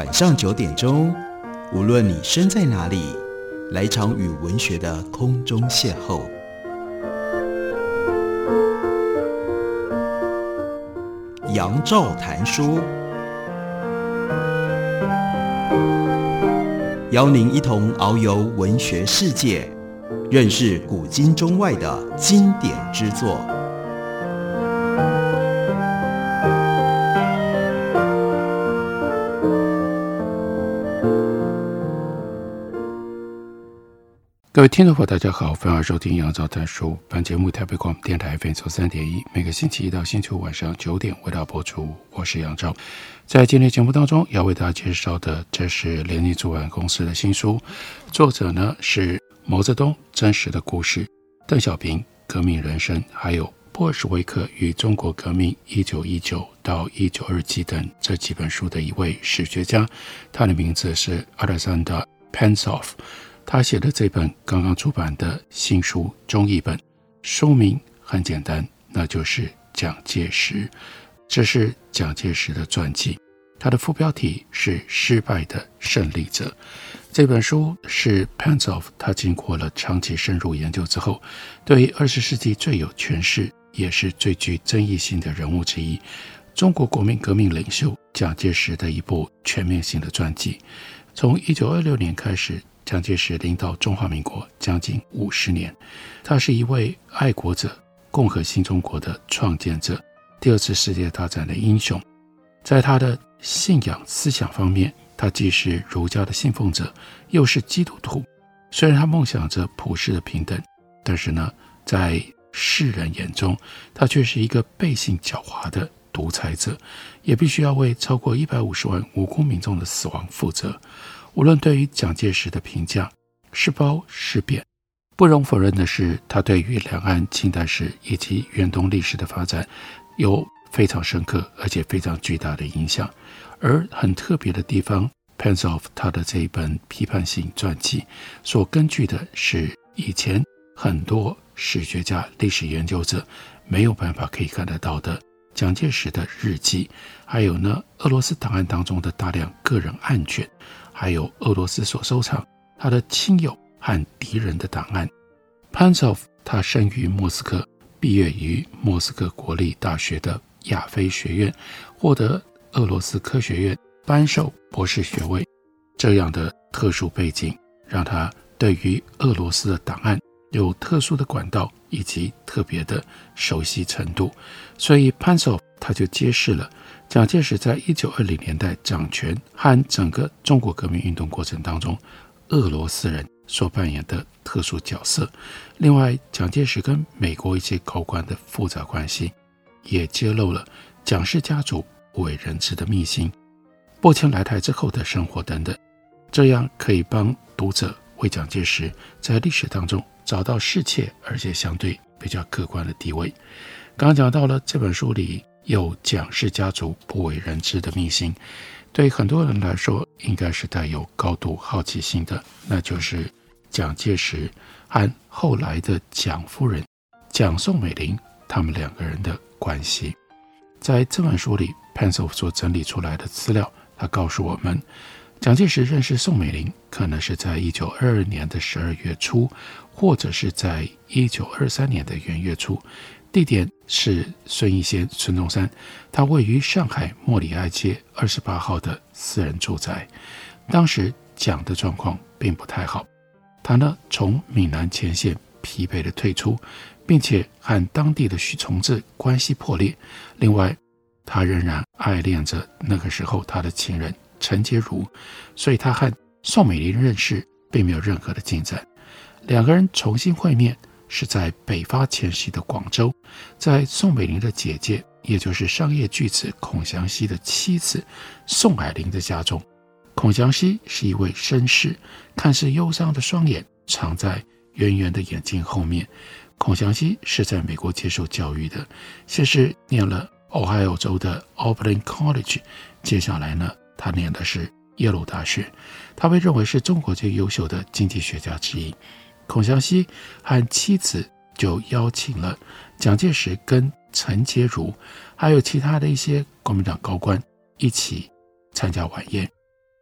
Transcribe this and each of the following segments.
晚上9点钟，无论你身在哪里，来一场与文学的空中邂逅。杨照谈书，邀您一同遨游文学世界，认识古今中外的经典之作。 各位听众朋友大家好，欢迎收听杨照谈书。本节目台北广播电台 FM 93.1，每个星期一到星期五晚上9点为大家播出。我是杨照。在今天节目当中要为大家介绍的，这是联经出版公司的新书，作者呢是毛泽东真实的故事、邓小平革命人生，还有布尔什维克与中国革命1919到1927等这几本书的一位史学家，他的名字是 Alexander Pantsov。他写的这本刚刚出版的新书中译本，书名很简单，那就是蒋介石。这是蒋介石的传记，他的副标题是失败的胜利者。这本书是 Pantsov 他经过了长期深入研究之后，对于20世纪最有权势也是最具争议性的人物之一，中国国民革命领袖蒋介石的一部全面性的传记。从1926年开始，蒋介石领导中华民国将近50年，他是一位爱国者、共和新中国的创建者，第二次世界大战的英雄。在他的信仰思想方面，他既是儒家的信奉者，又是基督徒。虽然他梦想着普世的平等，但是呢，在世人眼中，他却是一个背信狡猾的独裁者，也必须要为超过150万无辜民众的死亡负责。无论对于蒋介石的评价是褒是贬，不容否认的是，他对于两岸近代史以及远东历史的发展有非常深刻而且非常巨大的影响。而很特别的地方， Pantsov 他的这一本批判性传记所根据的是以前很多史学家、历史研究者没有办法可以看得到的蒋介石的日记，还有呢俄罗斯档案当中的大量个人案卷，还有俄罗斯所收藏他的亲友和敌人的档案。 Pantsov 他生于莫斯科，毕业于莫斯科国立大学的亚非学院，获得俄罗斯科学院颁授博士学位。这样的特殊背景让他对于俄罗斯的档案有特殊的管道以及特别的熟悉程度，所以 Pantsov 他就揭示了蒋介石在1920年代掌权和整个中国革命运动过程当中，俄罗斯人所扮演的特殊角色。另外，蒋介石跟美国一些高官的复杂关系，也揭露了蒋氏家族不为人知的秘辛，播迁来台之后的生活等等，这样可以帮读者为蒋介石在历史当中找到适切而且相对比较客观的地位。刚刚讲到了这本书里有蒋氏家族不为人知的秘辛，对很多人来说应该是带有高度好奇心的，那就是蒋介石和后来的蒋夫人蒋宋美龄他们两个人的关系。在这本书里 Pantsov 所整理出来的资料，他告诉我们，蒋介石认识宋美龄可能是在1922年的12月初，或者是在1923年的元月初，地点是孙逸仙孙中山他位于上海莫里哀街28号的私人住宅。当时蒋的状况并不太好，他呢从闽南前线疲惫的退出，并且和当地的许崇智关系破裂。另外，他仍然爱恋着那个时候他的情人陈洁如，所以他和宋美龄认识并没有任何的进展。两个人重新会面是在北伐前夕的广州，在宋美龄的姐姐，也就是商业巨子孔祥熙的妻子宋霭龄的家中。孔祥熙是一位绅士，看似忧伤的双眼藏在圆圆的眼睛后面。孔祥熙是在美国接受教育的，先是念了 Ohio 州的 Oberlin College， 接下来呢，他念的是耶鲁大学。他被认为是中国最优秀的经济学家之一。孔祥熙和妻子就邀请了蒋介石跟陈洁如还有其他的一些国民党高官一起参加晚宴。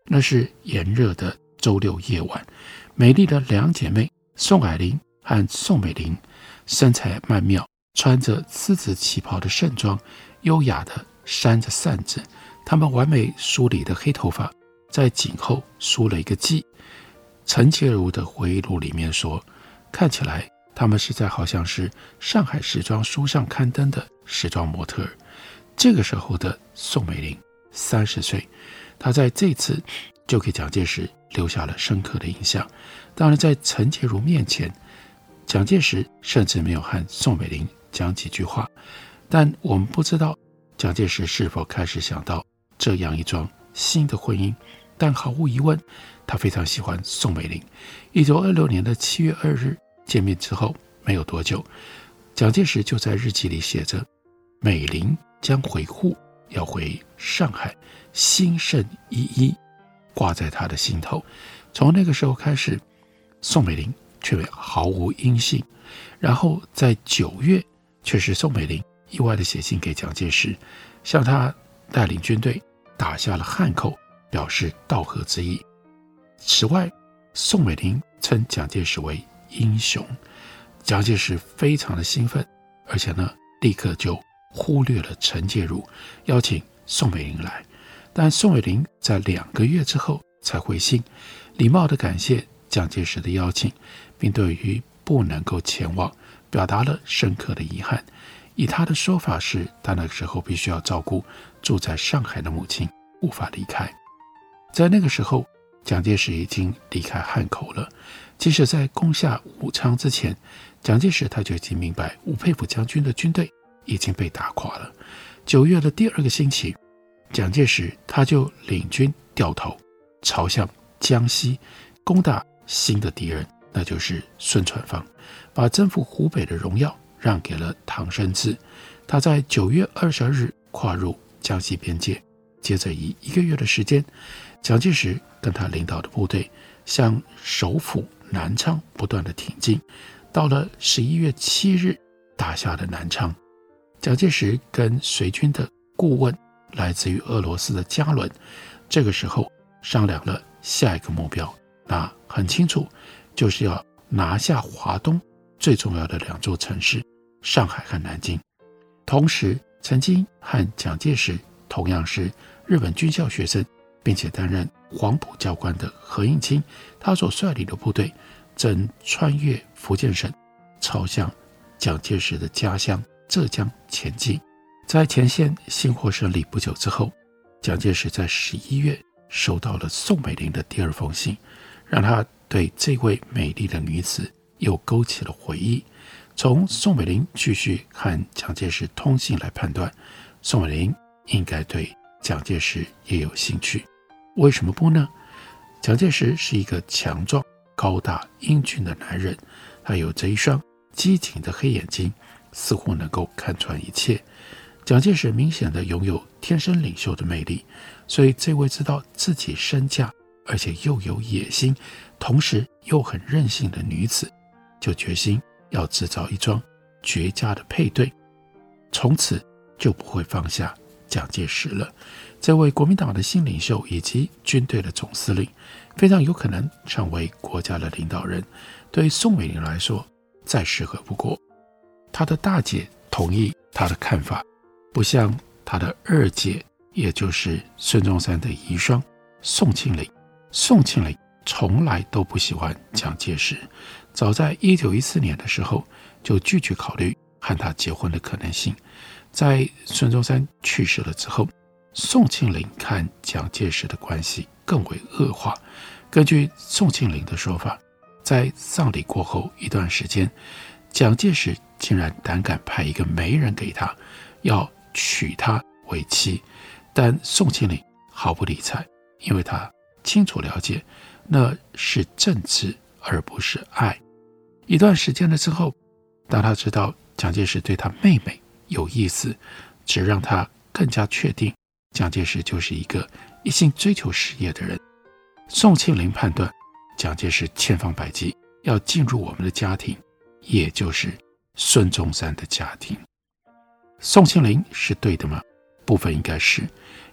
那是炎热的周六夜晚，美丽的两姐妹宋霭龄和宋美龄身材曼妙，穿着丝质旗袍的盛装，优雅地扇着扇子。她们完美梳理的黑头发在颈后梳了一个髻。陈洁如的回忆录里面说，看起来她们实在好像是上海时装书上刊登的时装模特儿。这个时候的宋美龄30岁，她在这次就给蒋介石留下了深刻的印象。当然在陈洁如面前，蒋介石甚至没有和宋美龄讲几句话，但我们不知道蒋介石是否开始想到这样一桩新的婚姻。但毫无疑问，他非常喜欢宋美龄。1926年的7月2日见面之后没有多久，蒋介石就在日记里写着，美龄将回沪，要回上海，心甚依依，挂在他的心头。从那个时候开始，宋美龄却毫无音信。然后在9月，却是宋美龄意外地写信给蒋介石，向他带领军队打下了汉口，表示道贺之意。此外，宋美龄称蒋介石为英雄。蒋介石非常的兴奋，而且呢，立刻就忽略了陈洁如，邀请宋美龄来。但宋美龄在2个月之后才回信，礼貌地感谢蒋介石的邀请，并对于不能够前往表达了深刻的遗憾。以他的说法是，他那个时候必须要照顾住在上海的母亲，无法离开。在那个时候，蒋介石已经离开汉口了。即使在攻下武昌之前，蒋介石他就已经明白吴佩孚将军的军队已经被打垮了。9月的第2个星期，蒋介石他就领军掉头朝向江西，攻打新的敌人，那就是孙传芳，把征服湖北的荣耀让给了唐生智。他在9月22日跨入江西边界，接着以1个月的时间，蒋介石跟他领导的部队向首府南昌不断的挺进，到了11月7日打下了南昌。蒋介石跟随军的顾问来自于俄罗斯的加伦，这个时候商量了下一个目标，那很清楚，就是要拿下华东最重要的2座城市上海和南京。同时，曾经和蒋介石同样是日本军校学生，并且担任黄埔教官的何应钦，他所率领的部队正穿越福建省，朝向蒋介石的家乡浙江前进。在前线新获胜利不久之后，蒋介石在11月收到了宋美龄的第2封信，让他对这位美丽的女子又勾起了回忆。从宋美龄继续和蒋介石通信来判断，宋美龄应该对蒋介石也有兴趣。为什么不呢？蒋介石是一个强壮、高大、英俊的男人，他有着一双机警的黑眼睛，似乎能够看穿一切。蒋介石明显的拥有天生领袖的魅力，所以这位知道自己身价，而且又有野心，同时又很任性的女子，就决心要制造一桩绝佳的配对，从此就不会放下蒋介石了。这位国民党的新领袖以及军队的总司令，非常有可能成为国家的领导人。对宋美龄来说，再适合不过。她的大姐同意她的看法，不像她的2姐，也就是孙中山的遗孀宋庆龄。宋庆龄从来都不喜欢蒋介石，早在1914年的时候就拒绝考虑和他结婚的可能性。在孙中山去世了之后，宋庆龄看蒋介石的关系更为恶化。根据宋庆龄的说法，在丧礼过后一段时间，蒋介石竟然胆敢派一个媒人给他，要娶她为妻。但宋庆龄毫不理睬，因为他清楚了解那是政治而不是爱。一段时间了之后，当他知道蒋介石对他妹妹有意思，只让他更加确定蒋介石就是一个一心追求事业的人。宋庆龄判断蒋介石千方百计要进入我们的家庭，也就是孙中山的家庭。宋庆龄是对的吗？部分应该是，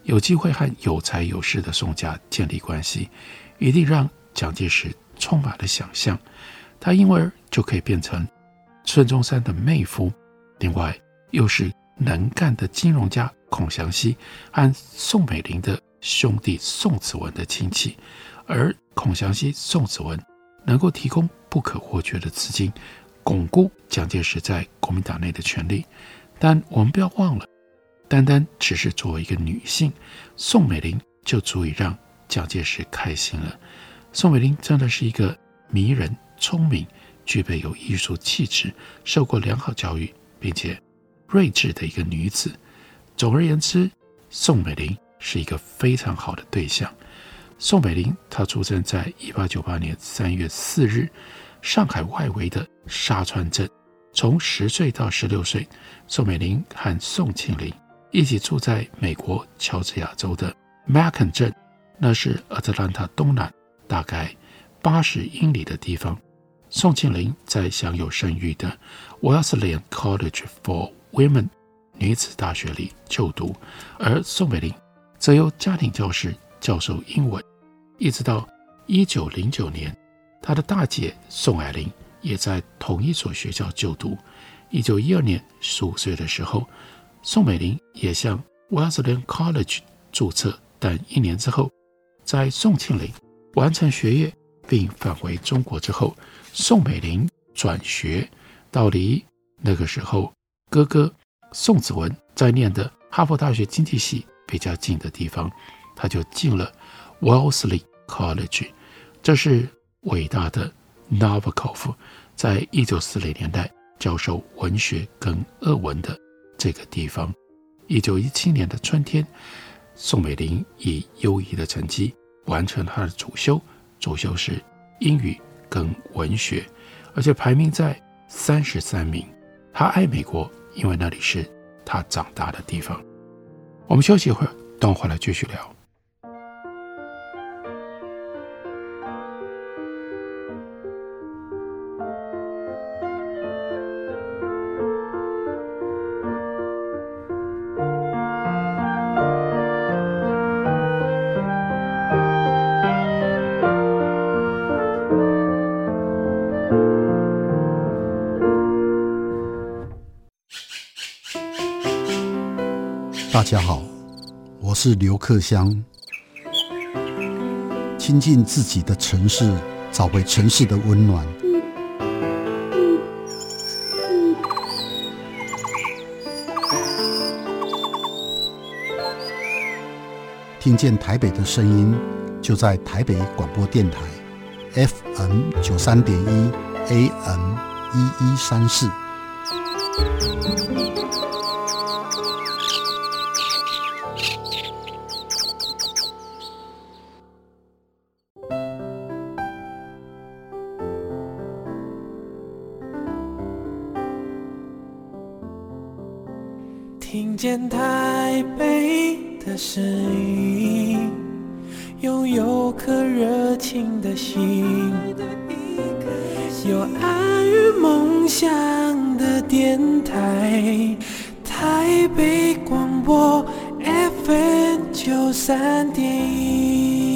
有机会和有才有势的宋家建立关系，一定让蒋介石充满了想象，他因而就可以变成孙中山的妹夫，另外又是能干的金融家孔祥熙和宋美龄的兄弟宋子文的亲戚，而孔祥熙、宋子文能够提供不可或缺的资金，巩固蒋介石在国民党内的权力。但我们不要忘了，单单只是作为一个女性，宋美龄就足以让蒋介石开心了。宋美龄真的是一个迷人、聪明、具备有艺术气质、受过良好教育并且睿智的一个女子。总而言之，宋美龄是一个非常好的对象。宋美龄她出生在1898年3月4日上海外围的沙川镇。从10岁到16岁，宋美龄和宋庆龄一起住在美国乔治亚州的 Macon 镇，那是亚特兰大东南大概80英里的地方。宋庆龄在享有盛誉的 Wesleyan College for Women 女子大学里就读，而宋美龄则由家庭教师教授英文，一直到1909年，她的大姐宋霭龄也在同一所学校就读。1912年15岁的时候，宋美龄也向 Wesleyan College 注册，但1年之后，在宋庆龄完成学业并返回中国之后，宋美龄转学到离那个时候哥哥宋子文在念的哈佛大学经济系比较近的地方，他就进了 Wellesley College。 这是伟大的 Nabokov 在1940年代教授文学跟俄文的这个地方。1917年的春天，宋美龄以优异的成绩完成她的主修是英语跟文学，而且排名在33名。她爱美国，因为那里是她长大的地方。我们休息一会儿，等会儿来继续聊。 大家好，我是刘克襄。亲近自己的城市，找回城市的温暖。听见台北的声音，就在台北广播电台 FM 93.1 AM 1134。 听见台北的声音，拥有颗热情的心，有爱与梦想的电台，台北广播 FM 93.1。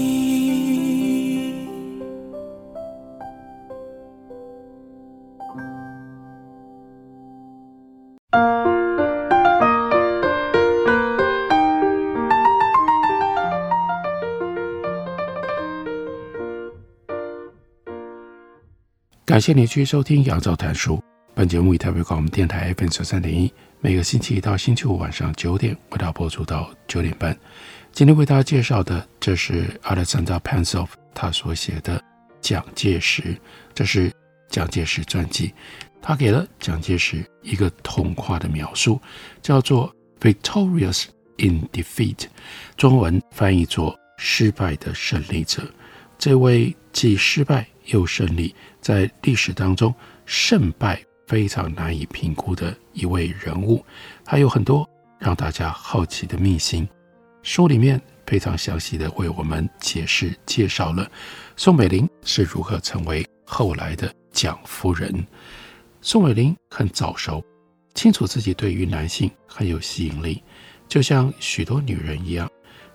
感谢你继续收听杨照谈书。本节目以台北广播电台 FM 93.1，每个星期一到星期五晚上9点为大家播出到9点半。今天为大家介绍的，这是 Alexander Pansov 他所写的蒋介石，这是蒋介石传记。他给了蒋介石一个统话的描述，叫做 Victorious in Defeat， 中文翻译作失败的胜利者。这位既失败又胜利，在历史当中胜败非常难以评估的一位人物，他有很多让大家好奇的秘辛。书里面非常详细的为我们解释介绍了宋美龄是如何成为后来的蒋夫人。宋美龄很早熟，清楚自己对于男性很有吸引力，就像许多女人一样，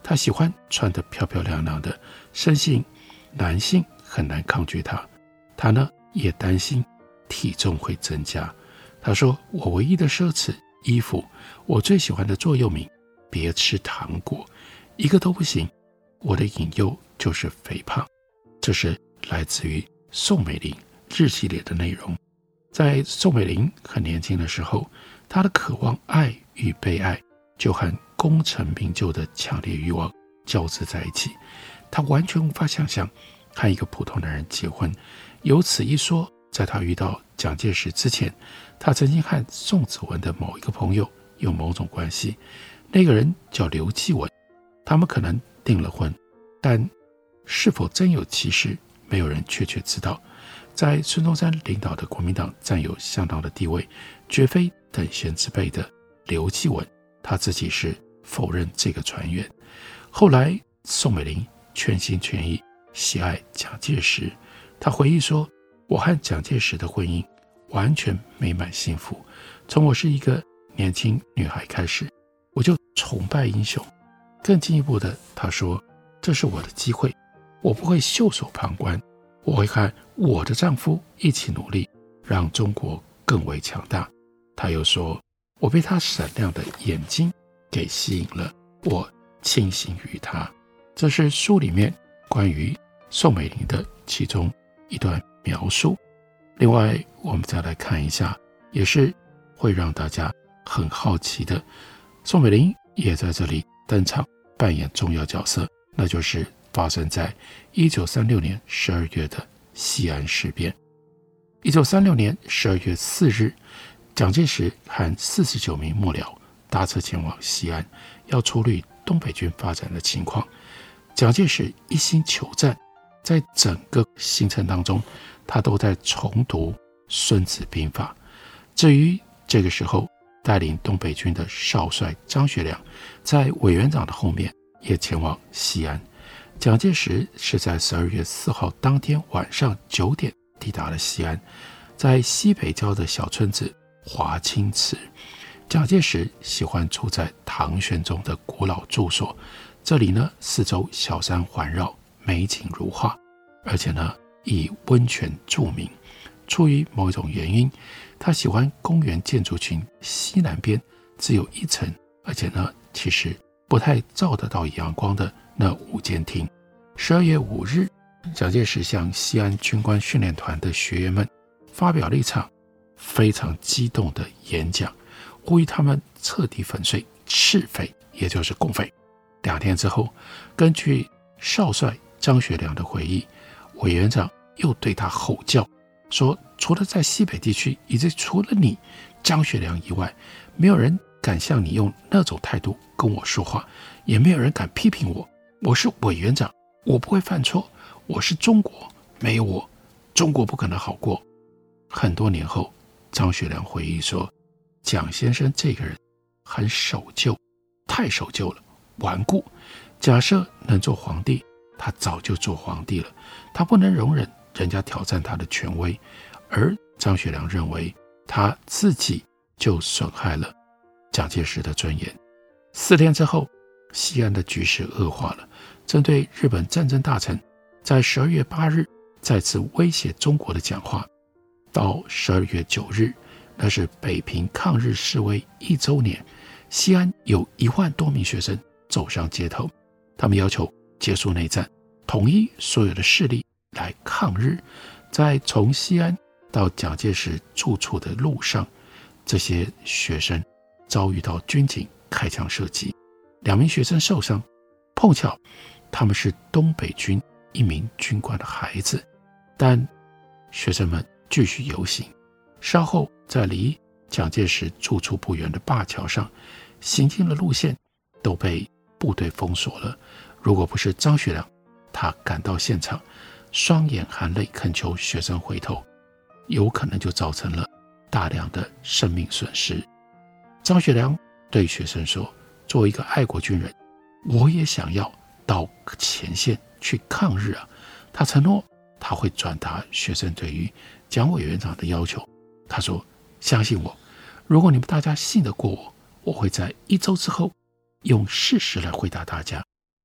他喜欢穿得漂漂亮亮的，深信男性很难抗拒他。他呢也担心体重会增加。他说，我唯一的奢侈衣服，我最喜欢的座右铭，别吃糖果，一个都不行。我的引诱就是肥胖。这是来自于宋美龄日系列的内容。在宋美龄很年轻的时候，她的渴望爱与被爱就和功成名就的强烈欲望交织在一起。她完全无法想象和一个普通男人结婚。有此一说，在她遇到蒋介石之前，她曾经和宋子文的某一个朋友有某种关系，那个人叫刘继文，他们可能订了婚，但是否真有其事，没有人确切知道。在孙中山领导的国民党占有相当的地位，绝非等闲之辈的刘继文，他自己是否认这个传言。后来宋美龄全心全意喜爱蒋介石，他回忆说，我和蒋介石的婚姻完全美满幸福，从我是一个年轻女孩开始，我就崇拜英雄。更进一步的，他说，这是我的机会，我不会袖手旁观，我会和我的丈夫一起努力，让中国更为强大。他又说，我被他闪亮的眼睛给吸引了，我倾心于他。这是书里面关于宋美龄的其中一段描述。另外我们再来看一下，也是会让大家很好奇的，宋美龄也在这里登场扮演重要角色，那就是发生在1936年12月的西安事变。1936年12月4日，蒋介石和49名幕僚搭车前往西安，要处理东北军发展的情况。蒋介石一心求战，在整个行程当中，他都在重读《孙子兵法》。至于这个时候带领东北军的少帅张学良，在委员长的后面也前往西安。蒋介石是在12月4号当天晚上9点抵达了西安，在西北郊的小村子华清池。蒋介石喜欢住在唐玄宗的古老住所，这里呢四周小山环绕，美景如画，而且呢以温泉著名。出于某一种原因，他喜欢公园建筑群西南边只有一层，而且呢其实不太照得到阳光的那5间厅。12月5日，蒋介石向西安军官训练团的学员们发表了一场非常激动的演讲，呼吁他们彻底粉碎赤匪，也就是共匪。2天之后，根据少帅张学良的回忆，委员长又对他吼叫说，除了在西北地区，以及除了你张学良以外，没有人敢像你用那种态度跟我说话，也没有人敢批评我。我是委员长，我不会犯错，我是中国，没有我，中国不可能好过。很多年后，张学良回忆说，蒋先生这个人很守旧，太守旧了，顽固。假设能做皇帝，他早就做皇帝了，他不能容忍人家挑战他的权威。而张学良认为他自己就损害了蒋介石的尊严。4天之后，西安的局势恶化了。针对日本战争大臣在12月8日再次威胁中国的讲话，到12月9日，那是北平抗日示威1周年，西安有1万多名学生走上街头，他们要求结束内战，统一所有的势力来抗日。在从西安到蒋介石住处的路上，这些学生遭遇到军警开枪射击，2名学生受伤，碰巧他们是东北军1名军官的孩子。但学生们继续游行，稍后在离蒋介石住处不远的灞桥上，行进的路线都被部队封锁了。如果不是张学良，他赶到现场，双眼含泪恳求学生回头，有可能就造成了大量的生命损失。张学良对学生说，作为一个爱国军人，我也想要到前线去抗日啊。他承诺他会转达学生对于蒋委员长的要求。他说，相信我，如果你们大家信得过我，我会在1周之后用事实来回答大家。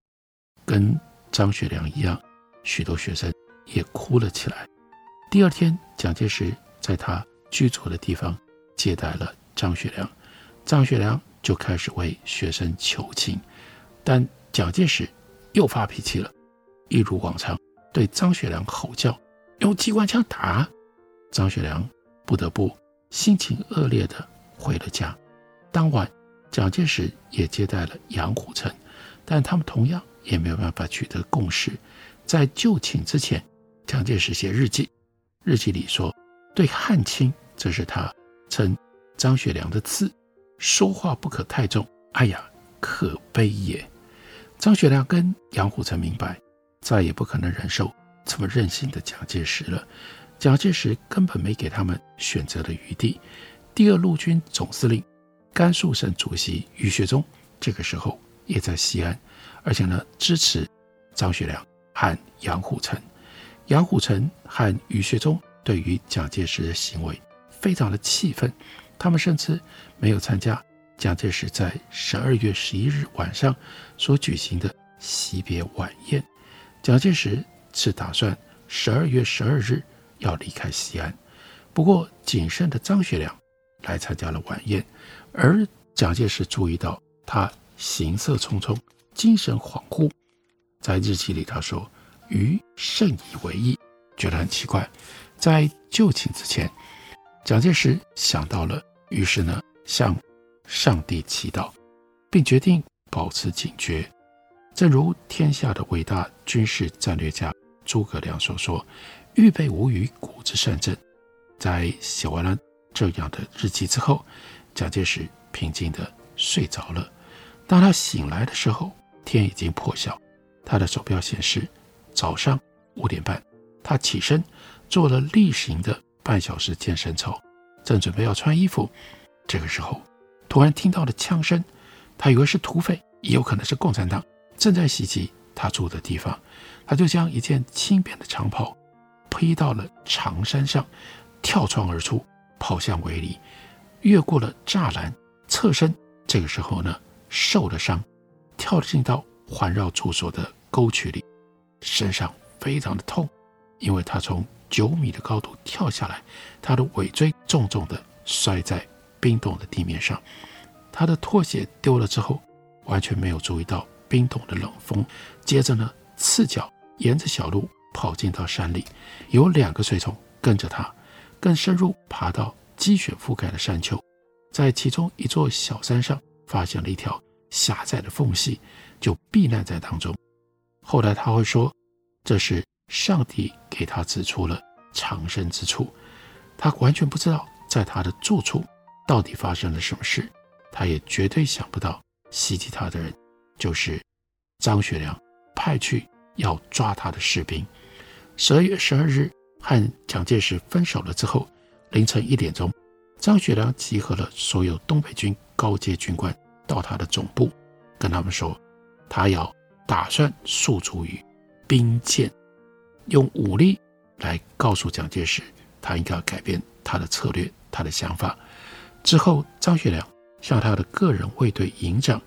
跟张学良一样，许多学生也哭了起来。第二天，蒋介石在他居住的地方接待了张学良，张学良就开始为学生求情，但蒋介石又发脾气了，一如往常对张学良吼叫，用机关枪打。张学良不得不心情恶劣地回了家。当晚，蒋介石也接待了杨虎城，但他们同样也没有办法取得共识。在就寝之前，蒋介石写日记，日记里说，对汉卿，这是他称张学良的字，说话不可太重，哎呀，可悲也。张学良跟杨虎城明白，再也不可能忍受这么任性的蒋介石了。蒋介石根本没给他们选择的余地。第二路军总司令、甘肃省主席于学忠这个时候也在西安，而且呢支持张学良和杨虎城。杨虎城和于学忠对于蒋介石的行为非常的气愤，他们甚至没有参加蒋介石在12月11日晚上所举行的惜别晚宴。蒋介石是打算12月12日要离开西安，不过谨慎的张学良来参加了晚宴，而蒋介石注意到他行色匆匆，精神恍惚。在日记里他说，余甚以为意，觉得很奇怪。在就寝之前，蒋介石想到了，于是呢向上帝祈祷，并决定保持警觉。正如天下的伟大军事战略家诸葛亮所说，预备无虞，古之善政。在写完了这样的日记之后，蒋介石平静地睡着了。当他醒来的时候，天已经破晓。他的手表显示早上5点半，他起身做了例行的半小时健身操，正准备要穿衣服，这个时候突然听到了枪声，他以为是土匪，也有可能是共产党正在袭击他住的地方。他就将一件轻便的长袍披到了长衫上，跳窗而出，跑向围里，越过了栅栏，侧身，这个时候呢受了伤，跳进到环绕住所的沟渠里，身上非常的痛，因为他从9米的高度跳下来，他的尾椎重重的摔在冰冻的地面上。他的拖鞋丢了之后，完全没有注意到冰冻的冷风，接着呢赤脚沿着小路跑进到山里，有2个随从跟着他，更深入爬到积雪覆盖的山丘，在其中一座小山上发现了一条狭窄的缝隙，就避难在当中。后来他会说，这是上帝给他指出了藏身之处。他完全不知道在他的住处到底发生了什么事，他也绝对想不到袭击他的人就是张学良派去要抓他的士兵。12月12日和蒋介石分手了之后，凌晨1点钟，张学良集合了所有东北军高阶军官到他的总部，跟他们说，他要打算诉诸于兵谏，用武力来告诉蒋介石他应该要改变他的策略，他的想法。之后，张学良向他的个人卫队营长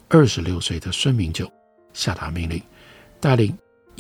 26岁的孙明九下达命令，带领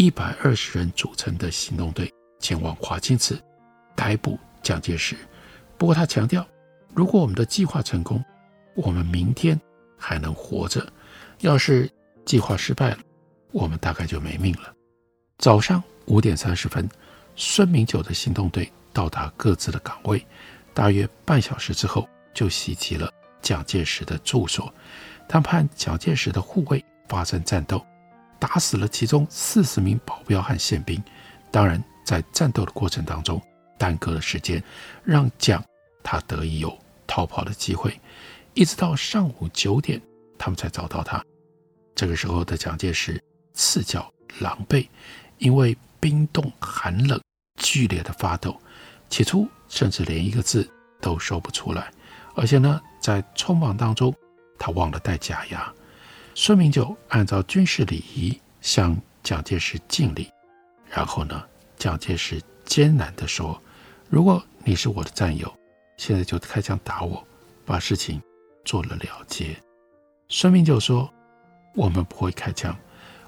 120人组成的行动队前往华清池逮捕蒋介石。不过他强调，如果我们的计划成功，我们明天还能活着，要是计划失败了，我们大概就没命了。早上5点30分，孙明九的行动队到达各自的岗位，大约半小时之后就袭击了蒋介石的住所。他们和蒋介石的护卫发生战斗，打死了其中40名保镖和宪兵。当然在战斗的过程当中耽搁了时间，让蒋他得以有逃跑的机会，一直到上午9点他们才找到他。这个时候的蒋介石赤脚狼狈，因为冰冻寒冷剧烈的发抖，起初甚至连一个字都说不出来，而且呢在匆忙当中他忘了带假牙。孙明九按照军事礼仪向蒋介石敬礼，然后呢蒋介石艰难地说，如果你是我的战友，现在就开枪打我，把事情做了了结。孙明九说，我们不会开枪，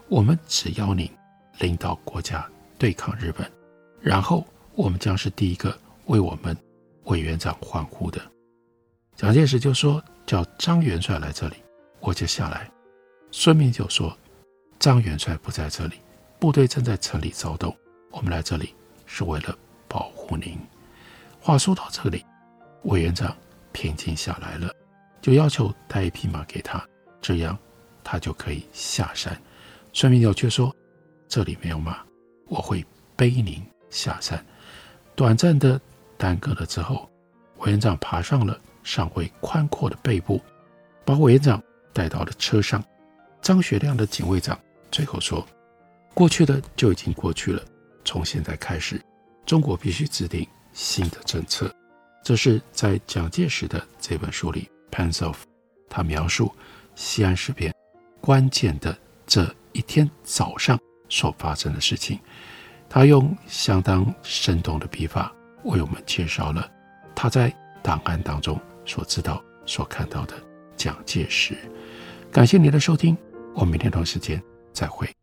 我们只要您领导国家对抗日本，然后我们将是第一个为我们委员长欢呼的。蒋介石就说叫张元帅来这里，我就下来。孙明就说张元帅不在这里，部队正在城里躁动，我们来这里是为了保护您。话说到这里，委员长平静下来了，就要求带一匹马给他，这样他就可以下山。孙明友却说这里没有马，我会背您下山。短暂的耽搁了之后，委员长爬上了尚未宽阔的背部，把委员长带到了车上。张学亮的警卫长最后说，过去的就已经过去了，从现在开始，中国必须制定新的政策。这是在蒋介石的这本书里 Pansof 他描述西安事变关键的这一天早上所发生的事情。他用相当生动的笔法为我们介绍了他在档案当中所知道所看到的蒋介石。感谢您的收听，我们明天同一时间再会。